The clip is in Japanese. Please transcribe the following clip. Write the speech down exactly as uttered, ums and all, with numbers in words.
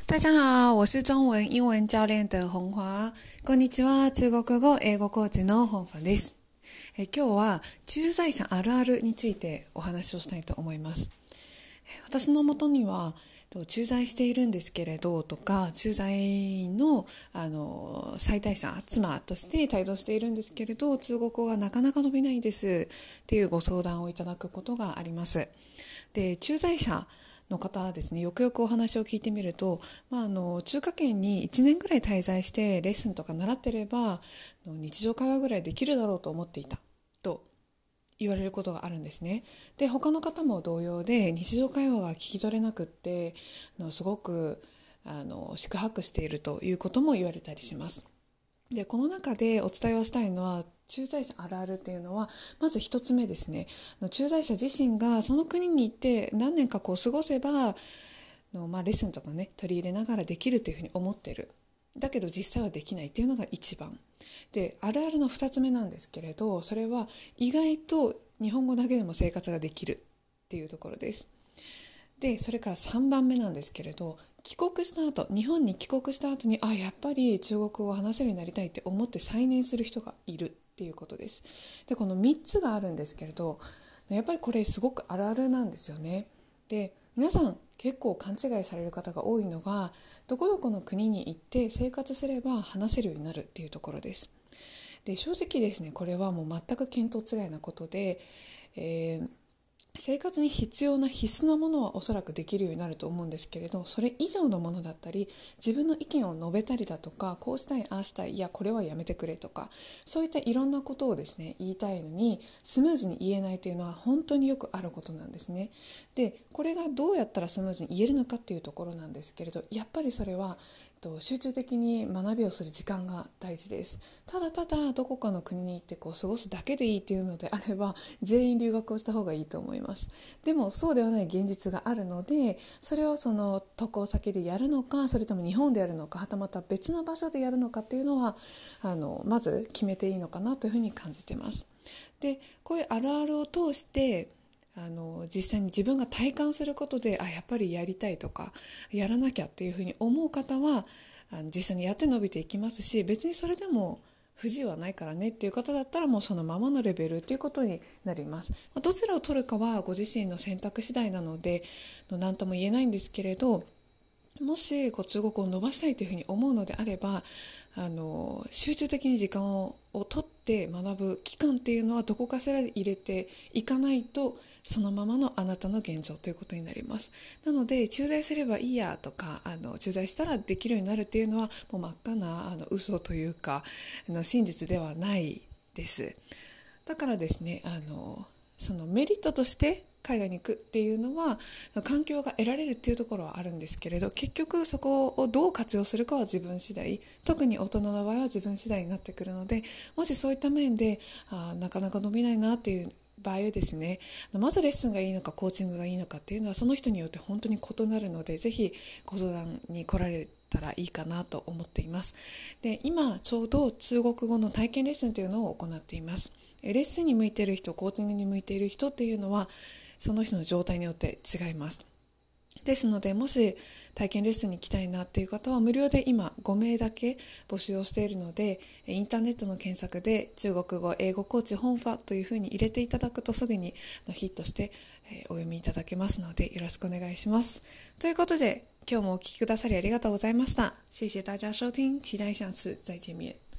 大家好，我是中文英文教練的本華。こんにちは、中国語英語コーチの本華です。え今日は駐在者あるあるについてお話をしたいと思います。私のもとには駐在しているんですけれどとか、駐在 の, あの妻帯者妻として帯同しているんですけれど、中国語がなかなか伸びないですっていうご相談をいただくことがあります。で、駐在者の方はですね、よくよくお話を聞いてみると、まあ、あの中華圏にいちねんぐらい滞在してレッスンとか習ってれば日常会話ぐらいできるだろうと思っていたと言われることがあるんですね。で、他の方も同様で、日常会話が聞き取れなくってすごくあの四苦八苦しているということも言われたりします。で、この中でお伝えをしたいのは、駐在者あるあるっていうのは、まず一つ目ですね。駐在者自身がその国に行って何年かこう過ごせばの、まあ、レッスンとかね取り入れながらできるというふうに思ってる。だけど実際はできないっていうのが一番で、あるあるの二つ目なんですけれど、それは意外と日本語だけでも生活ができるっていうところです。で、それからさんばんめなんですけれど、帰国した後、日本に帰国した後に、あ、やっぱり中国語を話せるようになりたいって思って再燃する人がいるっていうことです。で、このみっつがあるんですけれど、やっぱりこれすごくあるあるなんですよね。で、皆さん結構勘違いされる方が多いのが、どこどこの国に行って生活すれば話せるようになるっていうところです。で、正直ですね、これはもう全く見当違いなことで、えー生活に必要な必須なものはおそらくできるようになると思うんですけれど、それ以上のものだったり、自分の意見を述べたりだとか、こうしたいああしたい、いやこれはやめてくれとか、そういったいろんなことをですね言いたいのにスムーズに言えないというのは本当によくあることなんですね。で、これがどうやったらスムーズに言えるのかっていうところなんですけれど、やっぱりそれは集中的に学びをする時間が大事です。ただただどこかの国に行ってこう過ごすだけでいいっていうのであれば、全員留学をした方がいいと思います。でもそうではない現実があるので、それをその渡航先でやるのか、それとも日本でやるのか、はたまた別の場所でやるのかっていうのはあのまず決めていいのかなというふうに感じています。で、こういうあるあるを通してあの実際に自分が体感することで、あ、やっぱりやりたいとかやらなきゃっていうふうに思う方はあの実際にやって伸びていきますし、別にそれでも不自由はないからねっていう方だったら、もうそのままのレベルということになります。どちらを取るかはご自身の選択次第なので何とも言えないんですけれど、もしこう中国語を伸ばしたいというふうに思うのであれば、あの集中的に時間をを取って学ぶ期間っていうのはどこかしらで入れていかないと、そのままのあなたの現状ということになります。なので、駐在すればいいやとか、あの駐在したらできるようになるっていうのはもう真っ赤なあの嘘というか、あの真実ではないです。だからですね、あのそのメリットとして海外に行くっていうのは環境が得られるっていうところはあるんですけれど、結局そこをどう活用するかは自分次第、特に大人の場合は自分次第になってくるので、もしそういった面であなかなか伸びないなっていう場合はですね、まずレッスンがいいのかコーチングがいいのかっていうのはその人によって本当に異なるので、ぜひご相談に来られたらいいかなと思っています。で、今ちょうど中国語の体験レッスンというのを行っています。レッスンに向いている人、コーチングに向いている人っていうのはその人の状態によって違います。ですので、もし体験レッスンに来たいなっていう方は無料で今ごめいだけ募集をしているので、インターネットの検索で中国語英語コーチ本華というふうに入れていただくとすぐにヒットしてお読みいただけますので、よろしくお願いします。ということで、今日もお聞きくださりありがとうございました。謝謝大家收聽，期待下次再見面。